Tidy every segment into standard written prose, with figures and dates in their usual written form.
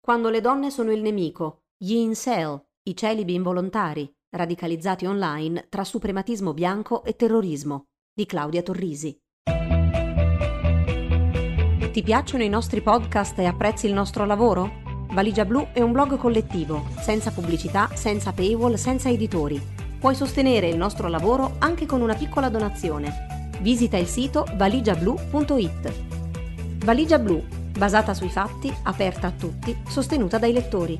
Quando le donne sono il nemico, gli incel, i celibi involontari, radicalizzati online tra suprematismo bianco e terrorismo, di Claudia Torrisi. Ti piacciono i nostri podcast e apprezzi il nostro lavoro? Valigia Blu è un blog collettivo, senza pubblicità, senza paywall, senza editori. Puoi sostenere il nostro lavoro anche con una piccola donazione. Visita il sito valigiablu.it. Valigia Blu, basata sui fatti, aperta a tutti, sostenuta dai lettori.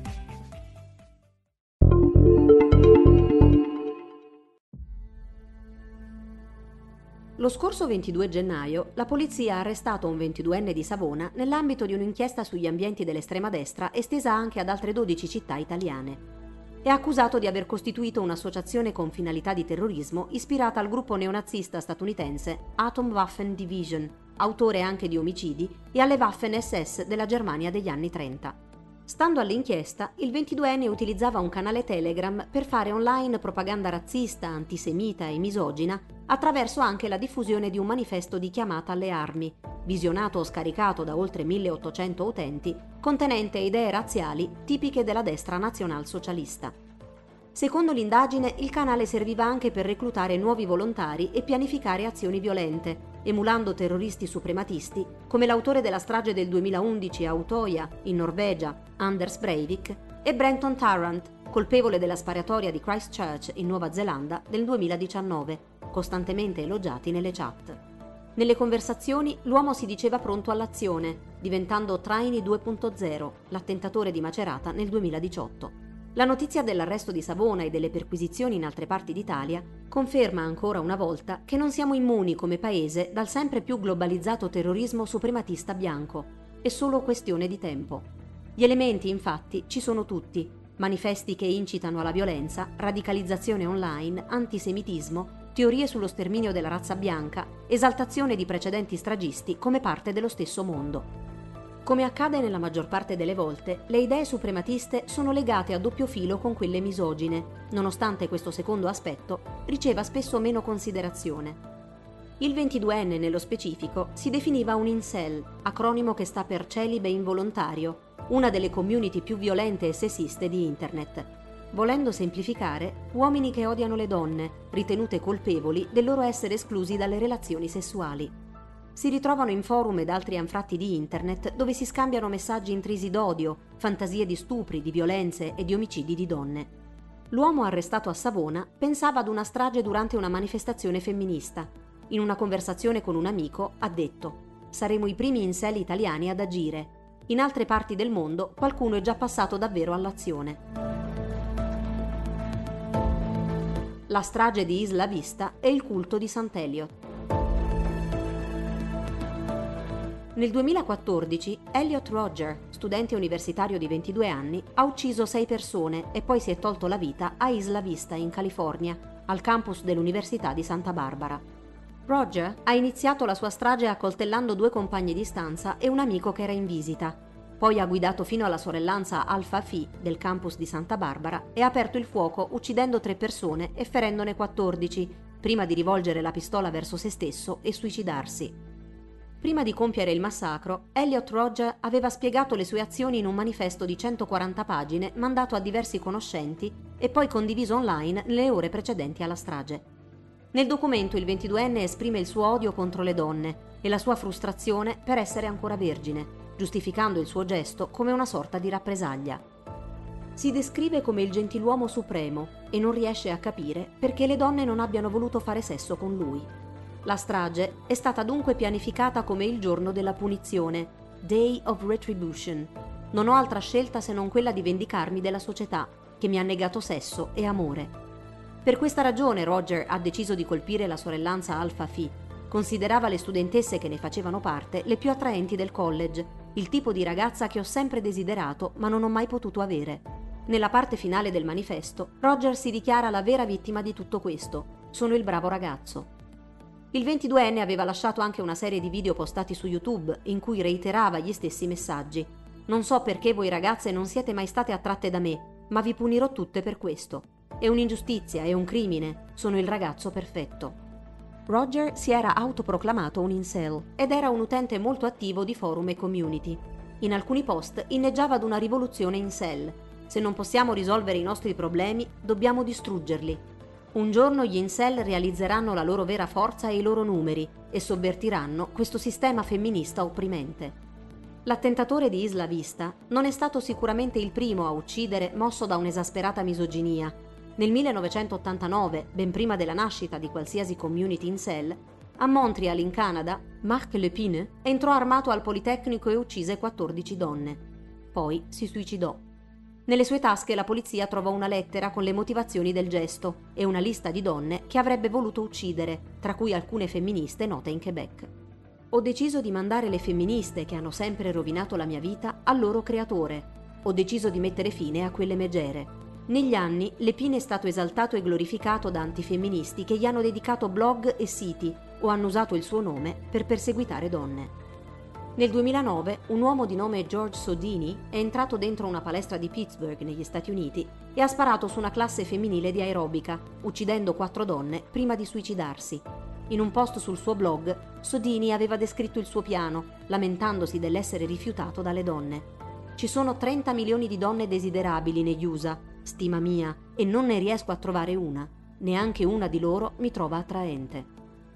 Lo scorso 22 gennaio la polizia ha arrestato un 22enne di Savona nell'ambito di un'inchiesta sugli ambienti dell'estrema destra estesa anche ad altre 12 città italiane. È accusato di aver costituito un'associazione con finalità di terrorismo ispirata al gruppo neonazista statunitense Atomwaffen Division, autore anche di omicidi, e alle Waffen SS della Germania degli anni 30. Stando all'inchiesta, il 22enne utilizzava un canale Telegram per fare online propaganda razzista, antisemita e misogina attraverso anche la diffusione di un manifesto di chiamata alle armi, visionato o scaricato da oltre 1800 utenti, contenente idee razziali tipiche della destra nazionalsocialista. Secondo l'indagine, il canale serviva anche per reclutare nuovi volontari e pianificare azioni violente, emulando terroristi suprematisti come l'autore della strage del 2011 a Utoya, in Norvegia, Anders Breivik, e Brenton Tarrant, colpevole della sparatoria di Christchurch in Nuova Zelanda del 2019, costantemente elogiati nelle chat. Nelle conversazioni l'uomo si diceva pronto all'azione, diventando Traini 2.0, l'attentatore di Macerata nel 2018. La notizia dell'arresto di Savona e delle perquisizioni in altre parti d'Italia conferma ancora una volta che non siamo immuni come paese dal sempre più globalizzato terrorismo suprematista bianco. È solo questione di tempo. Gli elementi, infatti, ci sono tutti: manifesti che incitano alla violenza, radicalizzazione online, antisemitismo, teorie sullo sterminio della razza bianca, esaltazione di precedenti stragisti come parte dello stesso mondo. Come accade nella maggior parte delle volte, le idee suprematiste sono legate a doppio filo con quelle misogine, nonostante questo secondo aspetto riceva spesso meno considerazione. Il 22enne, nello specifico, si definiva un incel, acronimo che sta per celibe involontario, una delle community più violente e sessiste di Internet. Volendo semplificare, uomini che odiano le donne, ritenute colpevoli del loro essere esclusi dalle relazioni sessuali. Si ritrovano in forum ed altri anfratti di Internet dove si scambiano messaggi intrisi d'odio, fantasie di stupri, di violenze e di omicidi di donne. L'uomo arrestato a Savona pensava ad una strage durante una manifestazione femminista. In una conversazione con un amico ha detto: «Saremo i primi incel italiani ad agire. In altre parti del mondo qualcuno è già passato davvero all'azione». La strage di Isla Vista e il culto di Sant'Eliot. Nel 2014 Elliot Rodger, studente universitario di 22 anni, ha ucciso 6 persone e poi si è tolto la vita a Isla Vista in California, al campus dell'Università di Santa Barbara. Rodger ha iniziato la sua strage accoltellando 2 compagni di stanza e un amico che era in visita. Poi ha guidato fino alla sorellanza Alpha Phi del campus di Santa Barbara e ha aperto il fuoco uccidendo 3 persone e ferendone 14, prima di rivolgere la pistola verso se stesso e suicidarsi. Prima di compiere il massacro, Elliot Rodger aveva spiegato le sue azioni in un manifesto di 140 pagine mandato a diversi conoscenti e poi condiviso online nelle ore precedenti alla strage. Nel documento il 22enne esprime il suo odio contro le donne e la sua frustrazione per essere ancora vergine, giustificando il suo gesto come una sorta di rappresaglia. Si descrive come il gentiluomo supremo e non riesce a capire perché le donne non abbiano voluto fare sesso con lui. La strage è stata dunque pianificata come il giorno della punizione, Day of Retribution. Non ho altra scelta se non quella di vendicarmi della società, che mi ha negato sesso e amore. Per questa ragione Rodger ha deciso di colpire la sorellanza Alpha Phi. Considerava le studentesse che ne facevano parte le più attraenti del college, il tipo di ragazza che ho sempre desiderato ma non ho mai potuto avere. Nella parte finale del manifesto, Rodger si dichiara la vera vittima di tutto questo. Sono il bravo ragazzo. Il 22enne aveva lasciato anche una serie di video postati su YouTube in cui reiterava gli stessi messaggi. «Non so perché voi ragazze non siete mai state attratte da me, ma vi punirò tutte per questo. È un'ingiustizia, è un crimine. Sono il ragazzo perfetto». Rodger si era autoproclamato un incel ed era un utente molto attivo di forum e community. In alcuni post inneggiava ad una rivoluzione incel. Se non possiamo risolvere i nostri problemi, dobbiamo distruggerli. Un giorno gli incel realizzeranno la loro vera forza e i loro numeri e sovvertiranno questo sistema femminista opprimente. L'attentatore di Isla Vista non è stato sicuramente il primo a uccidere mosso da un'esasperata misoginia. Nel 1989, ben prima della nascita di qualsiasi community incel, a Montreal, in Canada, Marc Lepine entrò armato al Politecnico e uccise 14 donne. Poi si suicidò. Nelle sue tasche la polizia trovò una lettera con le motivazioni del gesto e una lista di donne che avrebbe voluto uccidere, tra cui alcune femministe note in Quebec. Ho deciso di mandare le femministe che hanno sempre rovinato la mia vita al loro creatore. Ho deciso di mettere fine a quelle megere. Negli anni Lepine è stato esaltato e glorificato da antifemministi che gli hanno dedicato blog e siti o hanno usato il suo nome per perseguitare donne. Nel 2009 un uomo di nome George Sodini è entrato dentro una palestra di Pittsburgh negli Stati Uniti e ha sparato su una classe femminile di aerobica, uccidendo 4 donne prima di suicidarsi. In un post sul suo blog, Sodini aveva descritto il suo piano, lamentandosi dell'essere rifiutato dalle donne. Ci sono 30 milioni di donne desiderabili negli USA, stima mia, e non ne riesco a trovare una. Neanche una di loro mi trova attraente.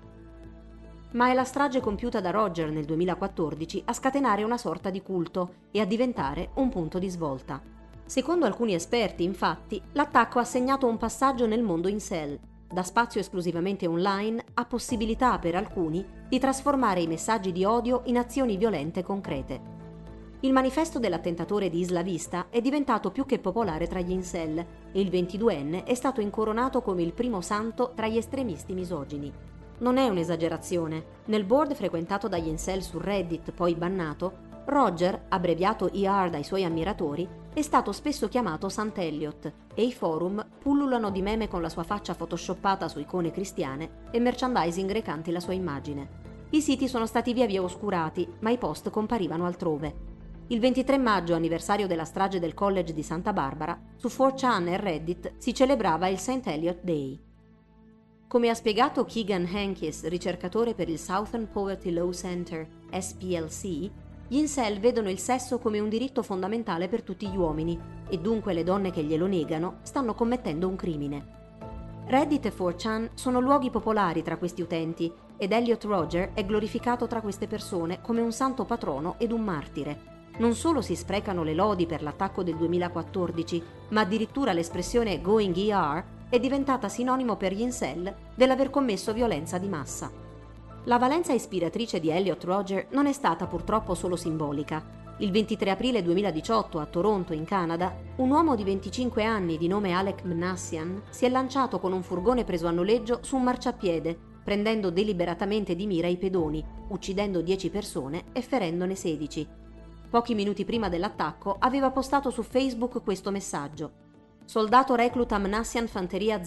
Ma è la strage compiuta da Roger nel 2014 a scatenare una sorta di culto e a diventare un punto di svolta. Secondo alcuni esperti, infatti, l'attacco ha segnato un passaggio nel mondo incel, da spazio esclusivamente online a possibilità per alcuni di trasformare i messaggi di odio in azioni violente concrete. Il manifesto dell'attentatore di Isla Vista è diventato più che popolare tra gli incel e il 22enne è stato incoronato come il primo santo tra gli estremisti misogini. Non è un'esagerazione. Nel board frequentato dagli incel su Reddit, poi bannato, Roger, abbreviato ER dai suoi ammiratori, è stato spesso chiamato Sant'Elliot e i forum pullulano di meme con la sua faccia photoshoppata su icone cristiane e merchandising recanti la sua immagine. I siti sono stati via via oscurati, ma i post comparivano altrove. Il 23 maggio, anniversario della strage del college di Santa Barbara, su 4chan e Reddit si celebrava il St. Elliot Day. Come ha spiegato Keegan Hankis, ricercatore per il Southern Poverty Law Center, SPLC, gli incel vedono il sesso come un diritto fondamentale per tutti gli uomini e dunque le donne che glielo negano stanno commettendo un crimine. Reddit e 4chan sono luoghi popolari tra questi utenti ed Elliot Rodger è glorificato tra queste persone come un santo patrono ed un martire. Non solo si sprecano le lodi per l'attacco del 2014, ma addirittura l'espressione going ER è diventata sinonimo per gli incel dell'aver commesso violenza di massa. La valenza ispiratrice di Elliot Rodger non è stata purtroppo solo simbolica. Il 23 aprile 2018 a Toronto, in Canada, un uomo di 25 anni di nome Alec Mnassian si è lanciato con un furgone preso a noleggio su un marciapiede, prendendo deliberatamente di mira i pedoni, uccidendo 10 persone e ferendone 16. Pochi minuti prima dell'attacco aveva postato su Facebook questo messaggio: Soldato recluta Mnassian Fanteria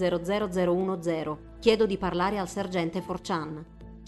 00010, chiedo di parlare al sergente 4chan.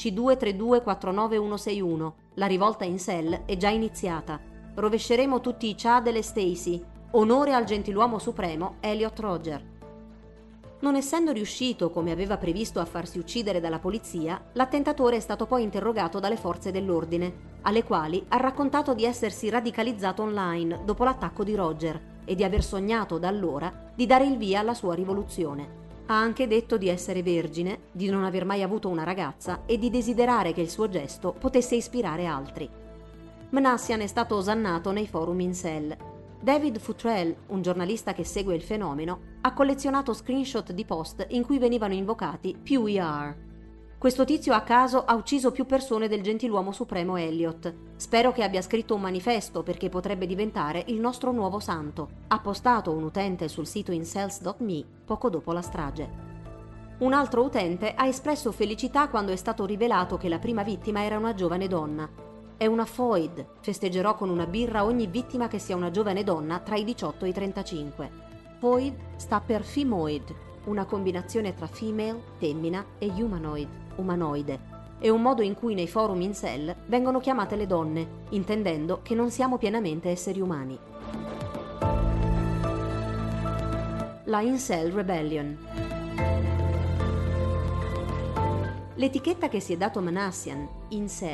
C232-49161, la rivolta in cell è già iniziata. Rovesceremo tutti i Chad e le Stacy. Onore al gentiluomo supremo Elliot Rodger. Non essendo riuscito, come aveva previsto, a farsi uccidere dalla polizia, l'attentatore è stato poi interrogato dalle forze dell'ordine, alle quali ha raccontato di essersi radicalizzato online dopo l'attacco di Rodger e di aver sognato da allora di dare il via alla sua rivoluzione. Ha anche detto di essere vergine, di non aver mai avuto una ragazza e di desiderare che il suo gesto potesse ispirare altri. Mnassian è stato osannato nei forum incel. David Futrell, un giornalista che segue il fenomeno, ha collezionato screenshot di post in cui venivano invocati più ER. Questo tizio a caso ha ucciso più persone del gentiluomo supremo Elliot. Spero che abbia scritto un manifesto perché potrebbe diventare il nostro nuovo santo. Ha postato un utente sul sito incels.me poco dopo la strage. Un altro utente ha espresso felicità quando è stato rivelato che la prima vittima era una giovane donna. È una FOID, festeggerò con una birra ogni vittima che sia una giovane donna tra i 18 e i 35. FOID sta per Femoid, una combinazione tra female, femmina, e humanoid, umanoide. È un modo in cui nei forum incel vengono chiamate le donne, intendendo che non siamo pienamente esseri umani. La Incel Rebellion. L'etichetta che si è dato Mnassian, incel,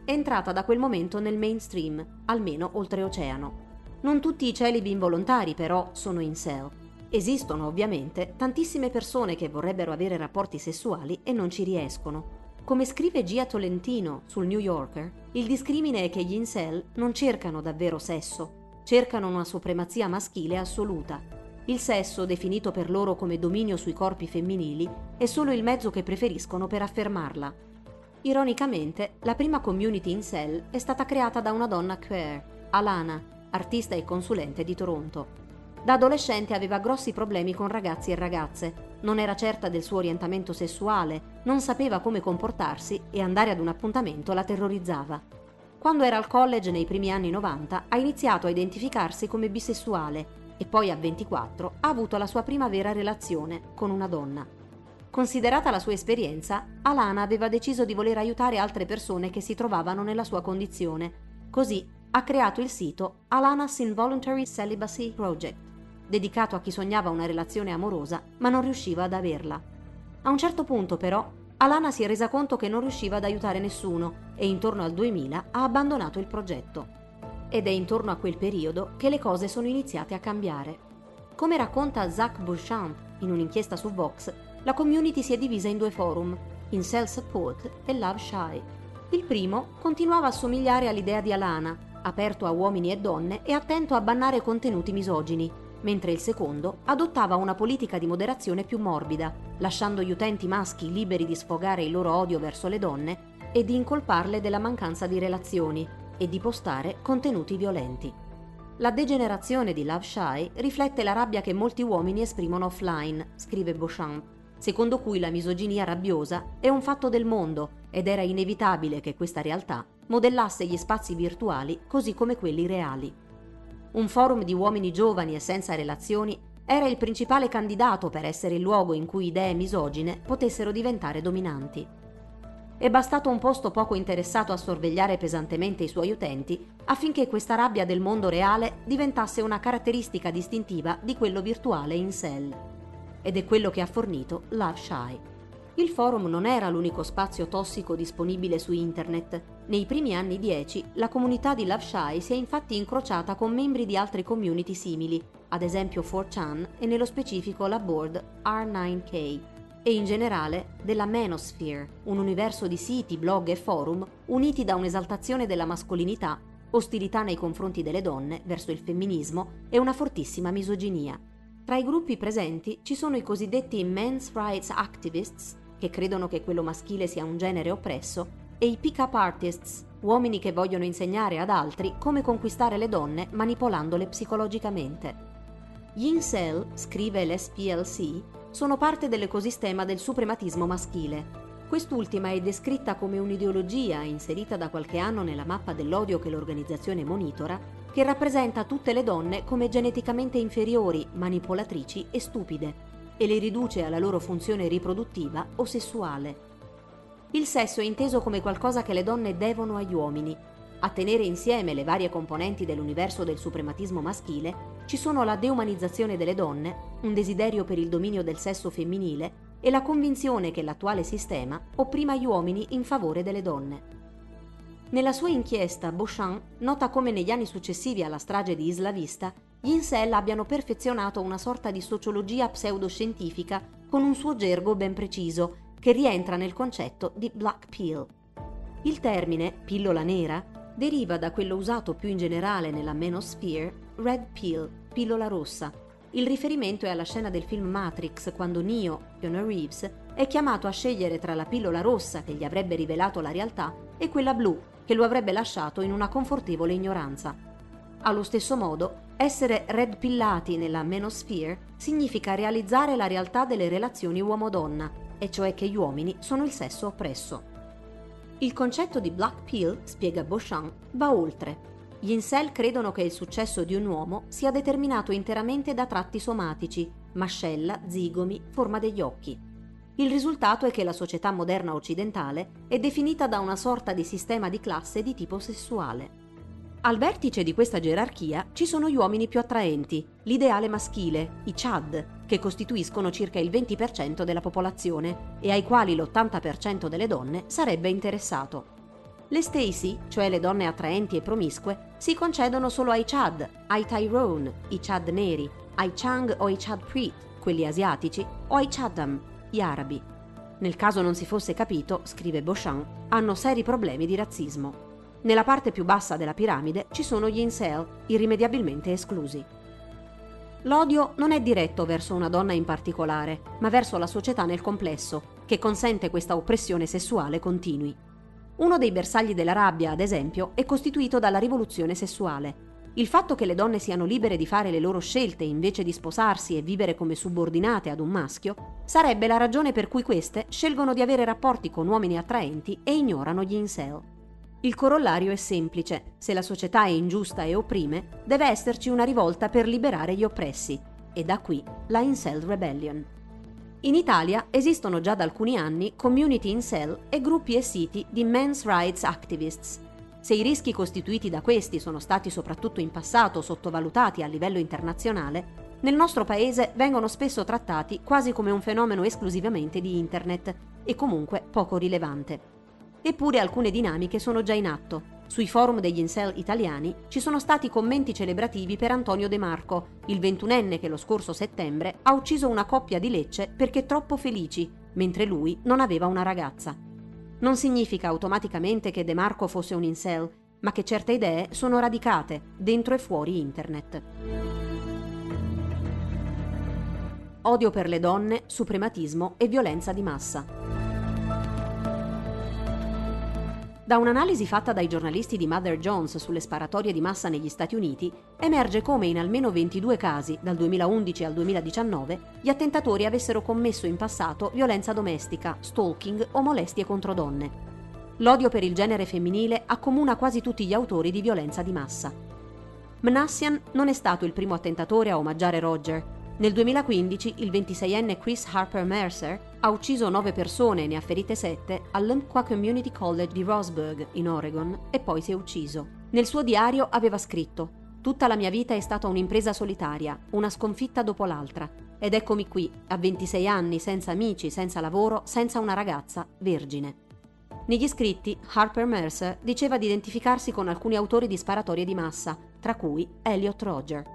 è entrata da quel momento nel mainstream, almeno oltreoceano. Non tutti i celibi involontari, però, sono incel. Esistono, ovviamente, tantissime persone che vorrebbero avere rapporti sessuali e non ci riescono. Come scrive Gia Tolentino sul New Yorker, il discrimine è che gli incel non cercano davvero sesso, cercano una supremazia maschile assoluta. Il sesso, definito per loro come dominio sui corpi femminili, è solo il mezzo che preferiscono per affermarla. Ironicamente, la prima community incel è stata creata da una donna queer, Alana, artista e consulente di Toronto. Da adolescente aveva grossi problemi con ragazzi e ragazze, non era certa del suo orientamento sessuale, non sapeva come comportarsi e andare ad un appuntamento la terrorizzava. Quando era al college nei primi anni 90 ha iniziato a identificarsi come bisessuale e poi a 24 ha avuto la sua prima vera relazione con una donna. Considerata la sua esperienza, Alana aveva deciso di voler aiutare altre persone che si trovavano nella sua condizione. Così ha creato il sito Alana's Involuntary Celibacy Project, dedicato a chi sognava una relazione amorosa ma non riusciva ad averla. A un certo punto, però, Alana si è resa conto che non riusciva ad aiutare nessuno e intorno al 2000 ha abbandonato il progetto. Ed è intorno a quel periodo che le cose sono iniziate a cambiare. Come racconta Zach Beauchamp in un'inchiesta su Vox, la community si è divisa in due forum, Incel Support e Love Shy. Il primo continuava a somigliare all'idea di Alana, aperto a uomini e donne e attento a bannare contenuti misogini, mentre il secondo adottava una politica di moderazione più morbida, lasciando gli utenti maschi liberi di sfogare il loro odio verso le donne e di incolparle della mancanza di relazioni e di postare contenuti violenti. La degenerazione di Love Shy riflette la rabbia che molti uomini esprimono offline, scrive Beauchamp, secondo cui la misoginia rabbiosa è un fatto del mondo ed era inevitabile che questa realtà modellasse gli spazi virtuali così come quelli reali. Un forum di uomini giovani e senza relazioni era il principale candidato per essere il luogo in cui idee misogine potessero diventare dominanti. È bastato un posto poco interessato a sorvegliare pesantemente i suoi utenti affinché questa rabbia del mondo reale diventasse una caratteristica distintiva di quello virtuale incel. Ed è quello che ha fornito Love Shy. Il forum non era l'unico spazio tossico disponibile su internet. Nei primi anni 10 la comunità di Love Shy si è infatti incrociata con membri di altre community simili, ad esempio 4chan e nello specifico la board R9K, e in generale della Manosphere, un universo di siti, blog e forum uniti da un'esaltazione della mascolinità, ostilità nei confronti delle donne verso il femminismo e una fortissima misoginia. Tra i gruppi presenti ci sono i cosiddetti men's rights activists, che credono che quello maschile sia un genere oppresso, e i pick-up artists, uomini che vogliono insegnare ad altri come conquistare le donne manipolandole psicologicamente. Gli incel, scrive l'SPLC, sono parte dell'ecosistema del suprematismo maschile. Quest'ultima è descritta come un'ideologia inserita da qualche anno nella mappa dell'odio che l'organizzazione monitora, che rappresenta tutte le donne come geneticamente inferiori, manipolatrici e stupide, e le riduce alla loro funzione riproduttiva o sessuale. Il sesso è inteso come qualcosa che le donne devono agli uomini. A tenere insieme le varie componenti dell'universo del suprematismo maschile ci sono la deumanizzazione delle donne, un desiderio per il dominio del sesso femminile e la convinzione che l'attuale sistema opprima gli uomini in favore delle donne. Nella sua inchiesta, Beauchamp nota come negli anni successivi alla strage di Isla Vista gli incel abbiano perfezionato una sorta di sociologia pseudoscientifica con un suo gergo ben preciso, che rientra nel concetto di black pill. Il termine, pillola nera, deriva da quello usato più in generale nella manosphere, red pill, pillola rossa. Il riferimento è alla scena del film Matrix, quando Neo, Keanu Reeves, è chiamato a scegliere tra la pillola rossa che gli avrebbe rivelato la realtà e quella blu che lo avrebbe lasciato in una confortevole ignoranza. Allo stesso modo, essere red pillati nella manosphere significa realizzare la realtà delle relazioni uomo-donna, e cioè che gli uomini sono il sesso oppresso. Il concetto di black pill, spiega Beauchamp, va oltre. Gli incel credono che il successo di un uomo sia determinato interamente da tratti somatici, mascella, zigomi, forma degli occhi. Il risultato è che la società moderna occidentale è definita da una sorta di sistema di classe di tipo sessuale. Al vertice di questa gerarchia ci sono gli uomini più attraenti, l'ideale maschile, i Chad, che costituiscono circa il 20% della popolazione e ai quali l'80% delle donne sarebbe interessato. Le Stacy, cioè le donne attraenti e promiscue, si concedono solo ai Chad, ai Tyrone, i Chad neri, ai Chang o ai Chad Preet, quelli asiatici, o ai Chatham, gli arabi. Nel caso non si fosse capito, scrive Beauchamp, hanno seri problemi di razzismo. Nella parte più bassa della piramide ci sono gli incel, irrimediabilmente esclusi. L'odio non è diretto verso una donna in particolare, ma verso la società nel complesso, che consente questa oppressione sessuale continui. Uno dei bersagli della rabbia, ad esempio, è costituito dalla rivoluzione sessuale. Il fatto che le donne siano libere di fare le loro scelte invece di sposarsi e vivere come subordinate ad un maschio sarebbe la ragione per cui queste scelgono di avere rapporti con uomini attraenti e ignorano gli incel. Il corollario è semplice: se la società è ingiusta e opprime, deve esserci una rivolta per liberare gli oppressi, e da qui la Incel Rebellion. In Italia esistono già da alcuni anni community incel e gruppi e siti di men's rights activists. Se i rischi costituiti da questi sono stati soprattutto in passato sottovalutati a livello internazionale, nel nostro paese vengono spesso trattati quasi come un fenomeno esclusivamente di internet e comunque poco rilevante. Eppure alcune dinamiche sono già in atto. Sui forum degli incel italiani ci sono stati commenti celebrativi per Antonio De Marco, il 21enne che lo scorso settembre ha ucciso una coppia di Lecce perché troppo felici, mentre lui non aveva una ragazza. Non significa automaticamente che De Marco fosse un incel, ma che certe idee sono radicate dentro e fuori internet. Odio per le donne, suprematismo e violenza di massa. Da un'analisi fatta dai giornalisti di Mother Jones sulle sparatorie di massa negli Stati Uniti, emerge come in almeno 22 casi, dal 2011 al 2019, gli attentatori avessero commesso in passato violenza domestica, stalking o molestie contro donne. L'odio per il genere femminile accomuna quasi tutti gli autori di violenza di massa. Mnassian non è stato il primo attentatore a omaggiare Roger. Nel 2015 il 26enne Chris Harper Mercer ha ucciso 9 persone e ne ha ferite 7 all'Umpqua Community College di Roseburg, in Oregon, e poi si è ucciso. Nel suo diario aveva scritto: «Tutta la mia vita è stata un'impresa solitaria, una sconfitta dopo l'altra. Ed eccomi qui, a 26 anni, senza amici, senza lavoro, senza una ragazza, vergine». Negli scritti, Harper Mercer diceva di identificarsi con alcuni autori di sparatorie di massa, tra cui Elliot Rodger.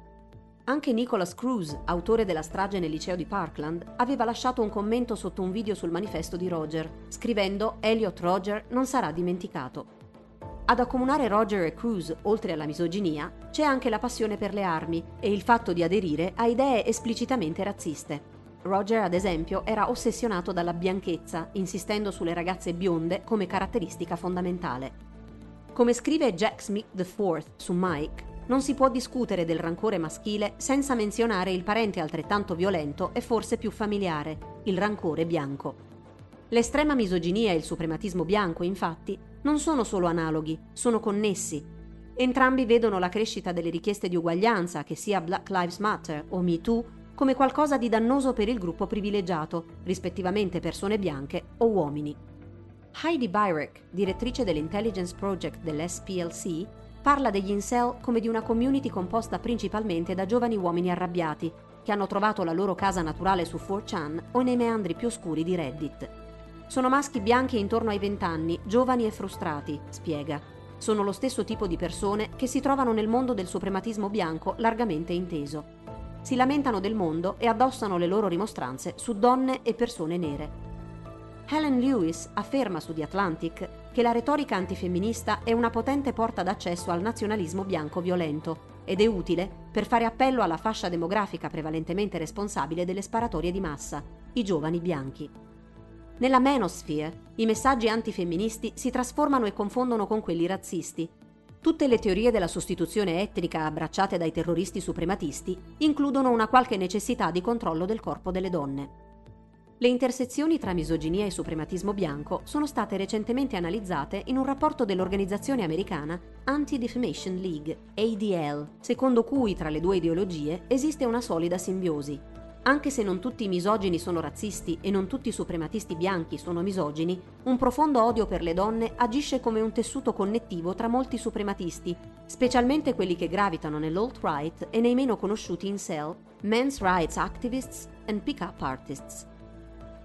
Anche Nicholas Cruz, autore della strage nel liceo di Parkland, aveva lasciato un commento sotto un video sul manifesto di Roger, scrivendo: «Elliot Rodger non sarà dimenticato». Ad accomunare Roger e Cruz, oltre alla misoginia, c'è anche la passione per le armi e il fatto di aderire a idee esplicitamente razziste. Roger, ad esempio, era ossessionato dalla bianchezza, insistendo sulle ragazze bionde come caratteristica fondamentale. Come scrive Jack Smith IV su Mike, non si può discutere del rancore maschile senza menzionare il parente altrettanto violento e forse più familiare, il rancore bianco. L'estrema misoginia e il suprematismo bianco, infatti, non sono solo analoghi, sono connessi. Entrambi vedono la crescita delle richieste di uguaglianza, che sia Black Lives Matter o Me Too, come qualcosa di dannoso per il gruppo privilegiato, rispettivamente persone bianche o uomini. Heidi Beirich, direttrice dell'Intelligence Project dell'SPLC, parla degli incel come di una community composta principalmente da giovani uomini arrabbiati, che hanno trovato la loro casa naturale su 4chan o nei meandri più oscuri di Reddit. Sono maschi bianchi intorno ai 20 anni, giovani e frustrati, spiega. Sono lo stesso tipo di persone che si trovano nel mondo del suprematismo bianco largamente inteso. Si lamentano del mondo e addossano le loro rimostranze su donne e persone nere. Helen Lewis afferma su The Atlantic che la retorica antifemminista è una potente porta d'accesso al nazionalismo bianco violento ed è utile per fare appello alla fascia demografica prevalentemente responsabile delle sparatorie di massa, i giovani bianchi. Nella manosphere, i messaggi antifemministi si trasformano e confondono con quelli razzisti. Tutte le teorie della sostituzione etnica abbracciate dai terroristi suprematisti includono una qualche necessità di controllo del corpo delle donne. Le intersezioni tra misoginia e suprematismo bianco sono state recentemente analizzate in un rapporto dell'organizzazione americana Anti-Defamation League, ADL, secondo cui tra le due ideologie esiste una solida simbiosi. Anche se non tutti i misogini sono razzisti e non tutti i suprematisti bianchi sono misogini, un profondo odio per le donne agisce come un tessuto connettivo tra molti suprematisti, specialmente quelli che gravitano nell'alt-right e nei meno conosciuti incel, men's rights activists and pick-up artists.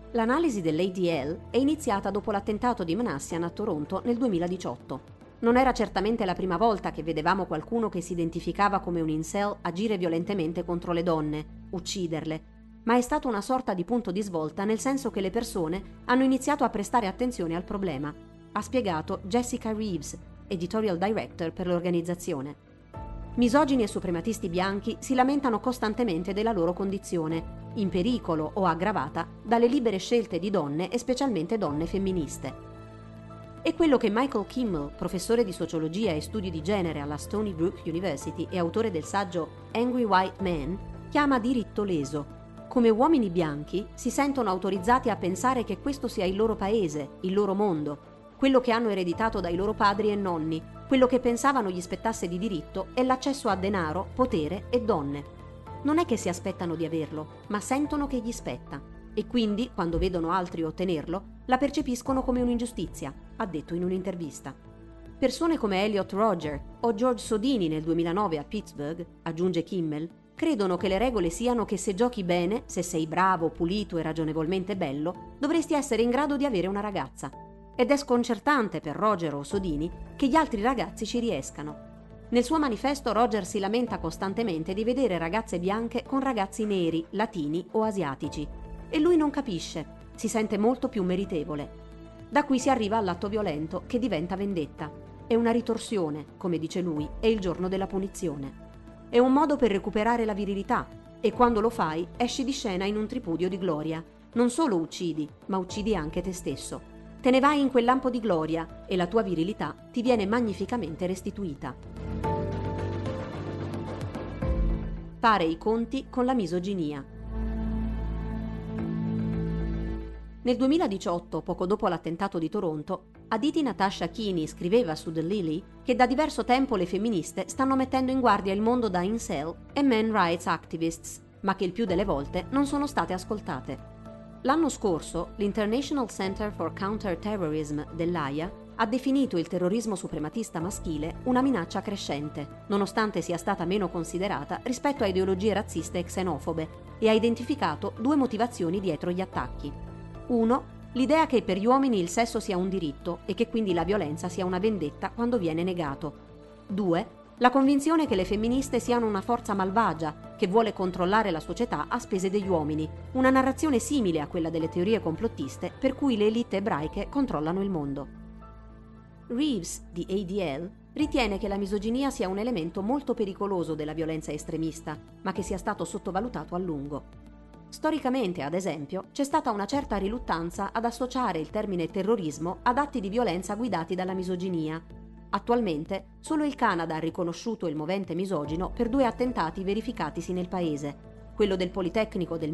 L'analisi dell'ADL è iniziata dopo l'attentato di Manassian a Toronto nel 2018. Non era certamente la prima volta che vedevamo qualcuno che si identificava come un incel agire violentemente contro le donne, ucciderle, ma è stato una sorta di punto di svolta nel senso che le persone hanno iniziato a prestare attenzione al problema, ha spiegato Jessica Reeves, editorial director per l'organizzazione. Misogini e suprematisti bianchi si lamentano costantemente della loro condizione, in pericolo o aggravata dalle libere scelte di donne e specialmente donne femministe. È quello che Michael Kimmel, professore di sociologia e studi di genere alla Stony Brook University e autore del saggio Angry White Men, chiama diritto leso. Come uomini bianchi si sentono autorizzati a pensare che questo sia il loro paese, il loro mondo, quello che hanno ereditato dai loro padri e nonni, quello che pensavano gli spettasse di diritto è l'accesso a denaro, potere e donne. Non è che si aspettano di averlo, ma sentono che gli spetta. E quindi, quando vedono altri ottenerlo, la percepiscono come un'ingiustizia, ha detto in un'intervista. Persone come Elliot Rodger o George Sodini nel 2009 a Pittsburgh, aggiunge Kimmel, credono che le regole siano che se giochi bene, se sei bravo, pulito e ragionevolmente bello, dovresti essere in grado di avere una ragazza. Ed è sconcertante per Roger o Sodini che gli altri ragazzi ci riescano. Nel suo manifesto Roger si lamenta costantemente di vedere ragazze bianche con ragazzi neri, latini o asiatici. E lui non capisce, si sente molto più meritevole. Da qui si arriva all'atto violento che diventa vendetta. È una ritorsione, come dice lui, è il giorno della punizione. È un modo per recuperare la virilità e quando lo fai esci di scena in un tripudio di gloria. Non solo uccidi, ma uccidi anche te stesso. Te ne vai in quel lampo di gloria e la tua virilità ti viene magnificamente restituita. Fare i conti con la misoginia. Nel 2018, poco dopo l'attentato di Toronto, Aditi Natasha Keeney scriveva su The Lily che da diverso tempo le femministe stanno mettendo in guardia il mondo da incel e men rights activists, ma che il più delle volte non sono state ascoltate. L'anno scorso, l'International Center for Counter-Terrorism dell'AIA ha definito il terrorismo suprematista maschile una minaccia crescente, nonostante sia stata meno considerata rispetto a ideologie razziste e xenofobe, e ha identificato due motivazioni dietro gli attacchi. 1. L'idea che per gli uomini il sesso sia un diritto e che quindi la violenza sia una vendetta quando viene negato. 2. La convinzione che le femministe siano una forza malvagia che vuole controllare la società a spese degli uomini, una narrazione simile a quella delle teorie complottiste per cui le elite ebraiche controllano il mondo. Reeves, di ADL, ritiene che la misoginia sia un elemento molto pericoloso della violenza estremista, ma che sia stato sottovalutato a lungo. Storicamente, ad esempio, c'è stata una certa riluttanza ad associare il termine terrorismo ad atti di violenza guidati dalla misoginia. Attualmente, solo il Canada ha riconosciuto il movente misogino per 2 attentati verificatisi nel paese, quello del Politecnico del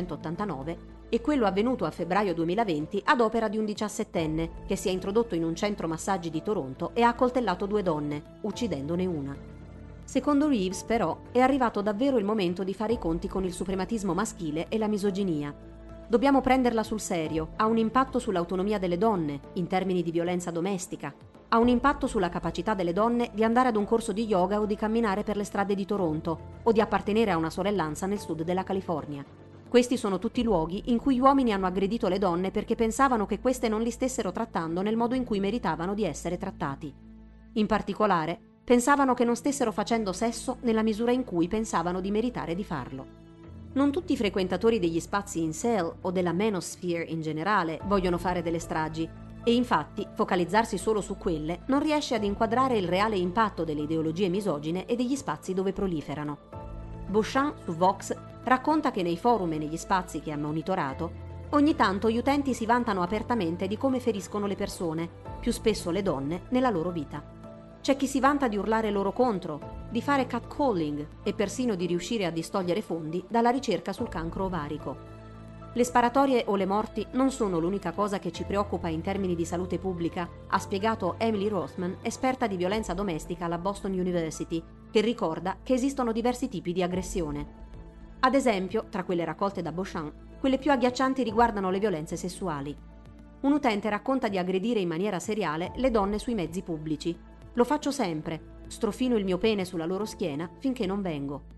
1989 e quello avvenuto a febbraio 2020 ad opera di un 17enne che si è introdotto in un centro massaggi di Toronto e ha accoltellato 2 donne, uccidendone una. Secondo Reeves, però, è arrivato davvero il momento di fare i conti con il suprematismo maschile e la misoginia. Dobbiamo prenderla sul serio, ha un impatto sull'autonomia delle donne, in termini di violenza domestica, ha un impatto sulla capacità delle donne di andare ad un corso di yoga o di camminare per le strade di Toronto, o di appartenere a una sorellanza nel sud della California. Questi sono tutti luoghi in cui gli uomini hanno aggredito le donne perché pensavano che queste non li stessero trattando nel modo in cui meritavano di essere trattati. In particolare, pensavano che non stessero facendo sesso nella misura in cui pensavano di meritare di farlo. Non tutti i frequentatori degli spazi incel o della manosphere in generale vogliono fare delle stragi e infatti focalizzarsi solo su quelle non riesce ad inquadrare il reale impatto delle ideologie misogine e degli spazi dove proliferano. Beauchamp su Vox racconta che nei forum e negli spazi che ha monitorato ogni tanto gli utenti si vantano apertamente di come feriscono le persone, più spesso le donne, nella loro vita. C'è chi si vanta di urlare loro contro, di fare catcalling e persino di riuscire a distogliere fondi dalla ricerca sul cancro ovarico. Le sparatorie o le morti non sono l'unica cosa che ci preoccupa in termini di salute pubblica, ha spiegato Emily Rothman, esperta di violenza domestica alla Boston University, che ricorda che esistono diversi tipi di aggressione. Ad esempio, tra quelle raccolte da Beauchamp, quelle più agghiaccianti riguardano le violenze sessuali. Un utente racconta di aggredire in maniera seriale le donne sui mezzi pubblici. Lo faccio sempre, strofino il mio pene sulla loro schiena finché non vengo.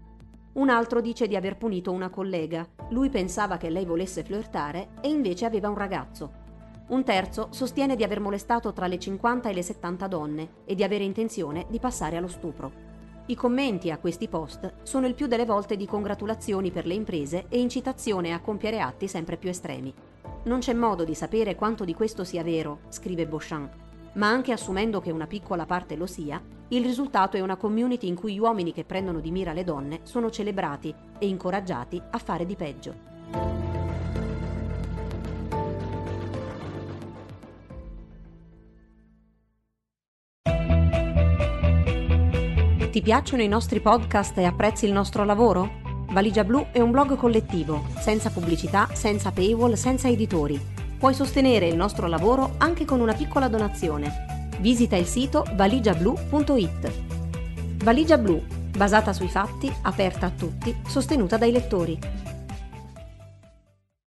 Un altro dice di aver punito una collega. Lui pensava che lei volesse flirtare e invece aveva un ragazzo. Un terzo sostiene di aver molestato tra le 50 e le 70 donne e di avere intenzione di passare allo stupro. I commenti a questi post sono il più delle volte di congratulazioni per le imprese e incitazione a compiere atti sempre più estremi. Non c'è modo di sapere quanto di questo sia vero, scrive Beauchamp, ma anche assumendo che una piccola parte lo sia, il risultato è una community in cui gli uomini che prendono di mira le donne sono celebrati e incoraggiati a fare di peggio. Ti piacciono i nostri podcast e apprezzi il nostro lavoro? Valigia Blu è un blog collettivo, senza pubblicità, senza paywall, senza editori. Puoi sostenere il nostro lavoro anche con una piccola donazione. Visita il sito valigiablu.it. Valigia Blu, basata sui fatti, aperta a tutti, sostenuta dai lettori.